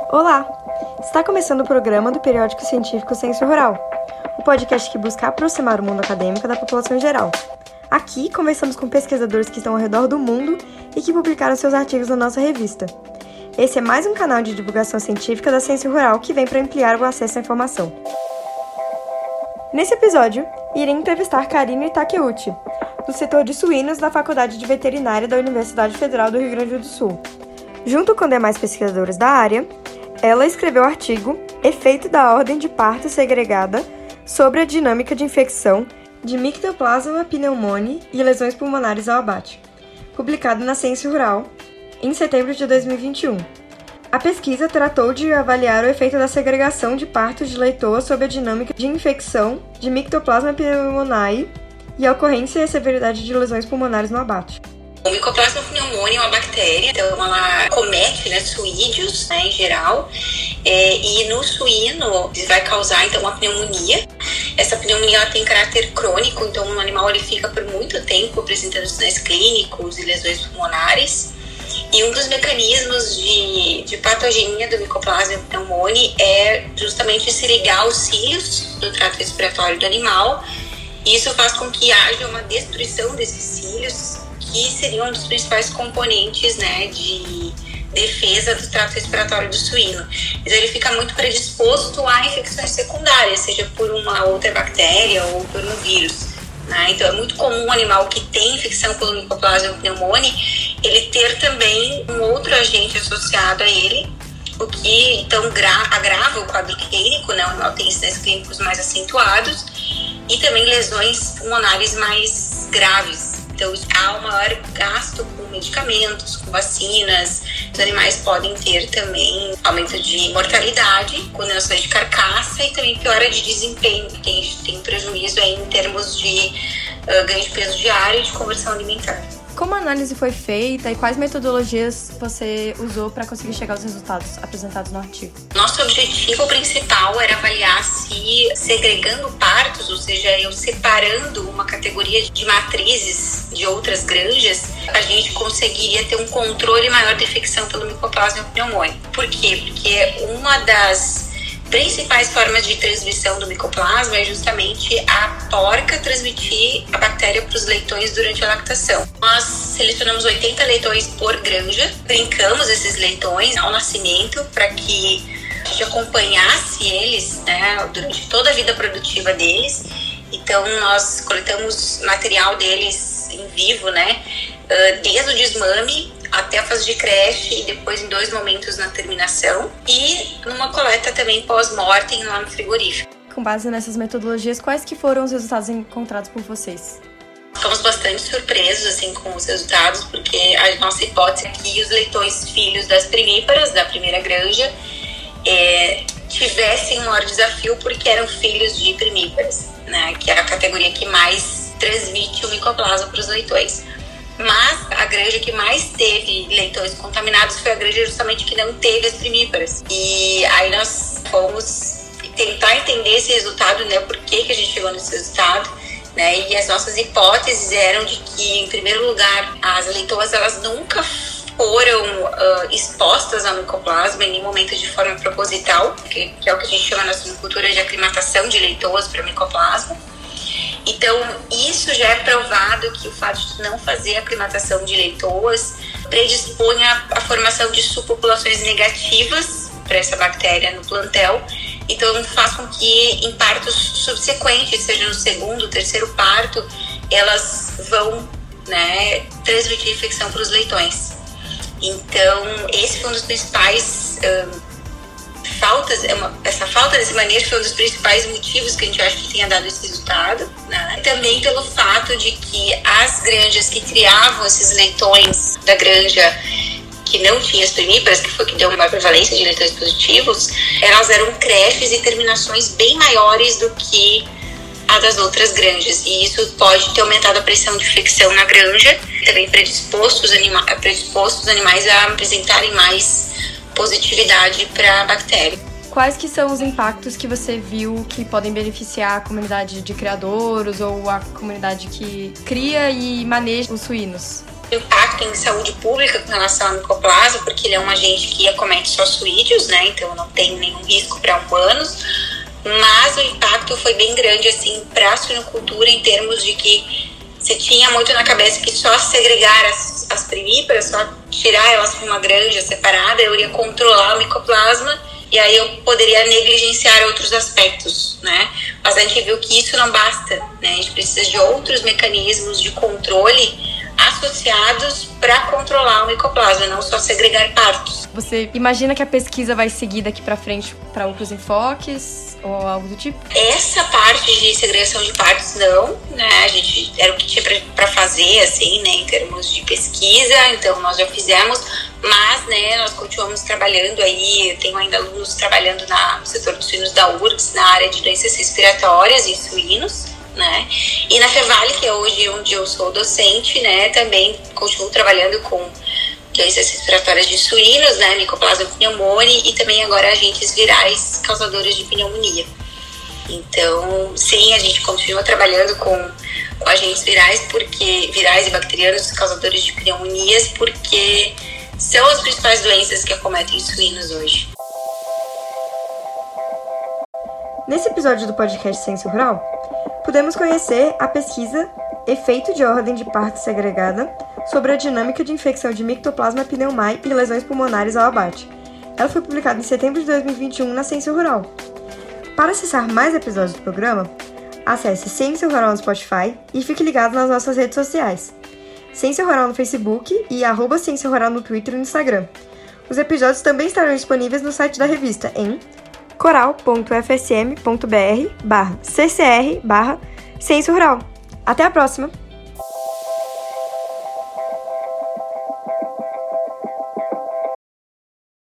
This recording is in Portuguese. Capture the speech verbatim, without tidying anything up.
Olá! Está começando o programa do periódico científico Ciência Rural, o podcast que busca aproximar o mundo acadêmico da população em geral. Aqui, conversamos com pesquisadores que estão ao redor do mundo e que publicaram seus artigos na nossa revista. Esse é mais um canal de divulgação científica da Ciência Rural que vem para ampliar o acesso à informação. Nesse episódio, irei entrevistar Karine Takeuchi, do setor de suínos da Faculdade de Veterinária da Universidade Federal do Rio Grande do Sul. Junto com demais pesquisadores da área, ela escreveu o artigo Efeito da Ordem de Parto Segregada sobre a dinâmica de infecção de Mycoplasma pneumoniae e lesões pulmonares ao abate, publicado na Ciência Rural em setembro de dois mil e vinte e um. A pesquisa tratou de avaliar o efeito da segregação de partos de leitoa sobre a dinâmica de infecção de Mycoplasma pneumoniae e a ocorrência e a severidade de lesões pulmonares no abate. O Mycoplasma pneumoniae é uma bactéria, então ela comete, né, suídeos, né, em geral, é, e no suíno vai causar então uma pneumonia. Essa pneumonia ela tem caráter crônico, então o animal ele fica por muito tempo apresentando sinais clínicos e lesões pulmonares. E um dos mecanismos de, de patogenia do Mycoplasma pneumoniae é justamente se ligar aos cílios do trato respiratório do animal. E isso faz com que haja uma destruição desses cílios, que seriam um dos principais componentes, né, de defesa do trato respiratório do suíno. Então ele fica muito predisposto a infecções secundárias, seja por uma outra bactéria ou por um vírus, né? Então é muito comum um animal que tem infecção pelo Mycoplasma pneumoniae, ele ter também um outro agente associado a ele, o que então gra- agrava o quadro clínico, né? O animal tem sinais clínicos mais acentuados e também lesões pulmonares mais graves. Então, há um maior gasto com medicamentos, com vacinas. Os animais podem ter também aumento de mortalidade, condenações de carcaça e também piora de desempenho, porque a gente tem prejuízo aí em termos de uh, ganho de peso diário e de conversão alimentar. Como a análise foi feita e quais metodologias você usou para conseguir chegar aos resultados apresentados no artigo? Nosso objetivo principal era avaliar se segregando partos, ou seja, eu separando uma categoria de matrizes de outras granjas, a gente conseguiria ter um controle maior da infecção pelo Mycoplasma pneumoniae. Por quê? Porque uma das principais formas de transmissão do micoplasma é justamente a porca transmitir a bactéria para os leitões durante a lactação. Nós selecionamos oitenta leitões por granja, brincamos esses leitões ao nascimento para que a gente acompanhasse eles, né, durante toda a vida produtiva deles. Então nós coletamos material deles em vivo, né, desde o desmame até a fase de creche e depois em dois momentos na terminação e numa coleta também pós-mortem lá no frigorífico. Com base nessas metodologias, quais que foram os resultados encontrados por vocês? Ficamos bastante surpresos assim, com os resultados, porque a nossa hipótese é que os leitões filhos das primíparas, da primeira granja, é, tivessem um maior desafio porque eram filhos de primíparas, né, que é a categoria que mais transmite o micoplasma para os leitões. Mas a granja que mais teve leitões contaminados foi a granja justamente que não teve as primíparas. E aí nós fomos tentar entender esse resultado, né, por que, que a gente chegou nesse resultado, né, e as nossas hipóteses eram de que, em primeiro lugar, as leitoas elas nunca foram uh, expostas ao micoplasma em nenhum momento de forma proposital, que, que é o que a gente chama na suinocultura de aclimatação de leitoas para micoplasma. Então, isso já é provado que o fato de não fazer aclimatação de leitoas predispõe à formação de subpopulações negativas para essa bactéria no plantel. Então, faz com que em partos subsequentes, seja no segundo, terceiro parto, elas vão, né, transmitir infecção para os leitões. Então, esse foi um dos principais... Um, Faltas, essa falta desse manejo foi um dos principais motivos que a gente acha que tenha dado esse resultado, né? Também pelo fato de que as granjas que criavam esses leitões da granja que não tinha as primíparas, que foi que deu uma prevalência de leitões positivos, elas eram creches e terminações bem maiores do que a das outras granjas, e isso pode ter aumentado a pressão de infecção na granja, também predisposto os, anima- predisposto os animais a apresentarem mais positividade para a bactéria. Quais que são os impactos que você viu que podem beneficiar a comunidade de criadouros ou a comunidade que cria e maneja os suínos? impacto em saúde pública com relação ao micoplasma, porque ele é um agente que acomete só suídeos, né? Então não tem nenhum risco para humanos, mas o impacto foi bem grande assim para a suinocultura em termos de que se tinha muito na cabeça que só segregar as, as primíparas, só tirar elas para uma granja separada, eu iria controlar o micoplasma e aí eu poderia negligenciar outros aspectos, né? Mas a gente viu que isso não basta, né? A gente precisa de outros mecanismos de controle associados para controlar o micoplasma, não só segregar partos. Você imagina que a pesquisa vai seguir daqui para frente para outros enfoques ou algo do tipo? Essa parte de segregação de partos não, né? A gente era o que tinha para fazer, assim, né? Em termos de pesquisa, então nós já fizemos, mas, né? Nós continuamos trabalhando aí. Eu tenho ainda alunos trabalhando na, no setor dos suínos da U R G S, na área de doenças respiratórias em suínos, né? E na Fevale, que é hoje onde eu sou docente, né? Também continuo trabalhando com doenças respiratórias de suínos, né? Mycoplasma pneumoniae e também agora agentes virais causadores de pneumonia. Então, sim, a gente continua trabalhando com, com agentes virais, porque virais e bacterianos causadores de pneumonias, porque são as principais doenças que acometem suínos hoje. Nesse episódio do podcast Ciência Rural, podemos conhecer a pesquisa Efeito de Ordem de Parto Segregada sobre a dinâmica de infecção de Mycoplasma pneumoniae e lesões pulmonares ao abate. Ela foi publicada em setembro de dois mil e vinte e um na Ciência Rural. Para acessar mais episódios do programa, acesse Ciência Rural no Spotify e fique ligado nas nossas redes sociais. Ciência Rural no Facebook e arroba Ciência Rural no Twitter e no Instagram. Os episódios também estarão disponíveis no site da revista em coral ponto f s m ponto b r barra c c r barra Ciência Rural. Até a próxima!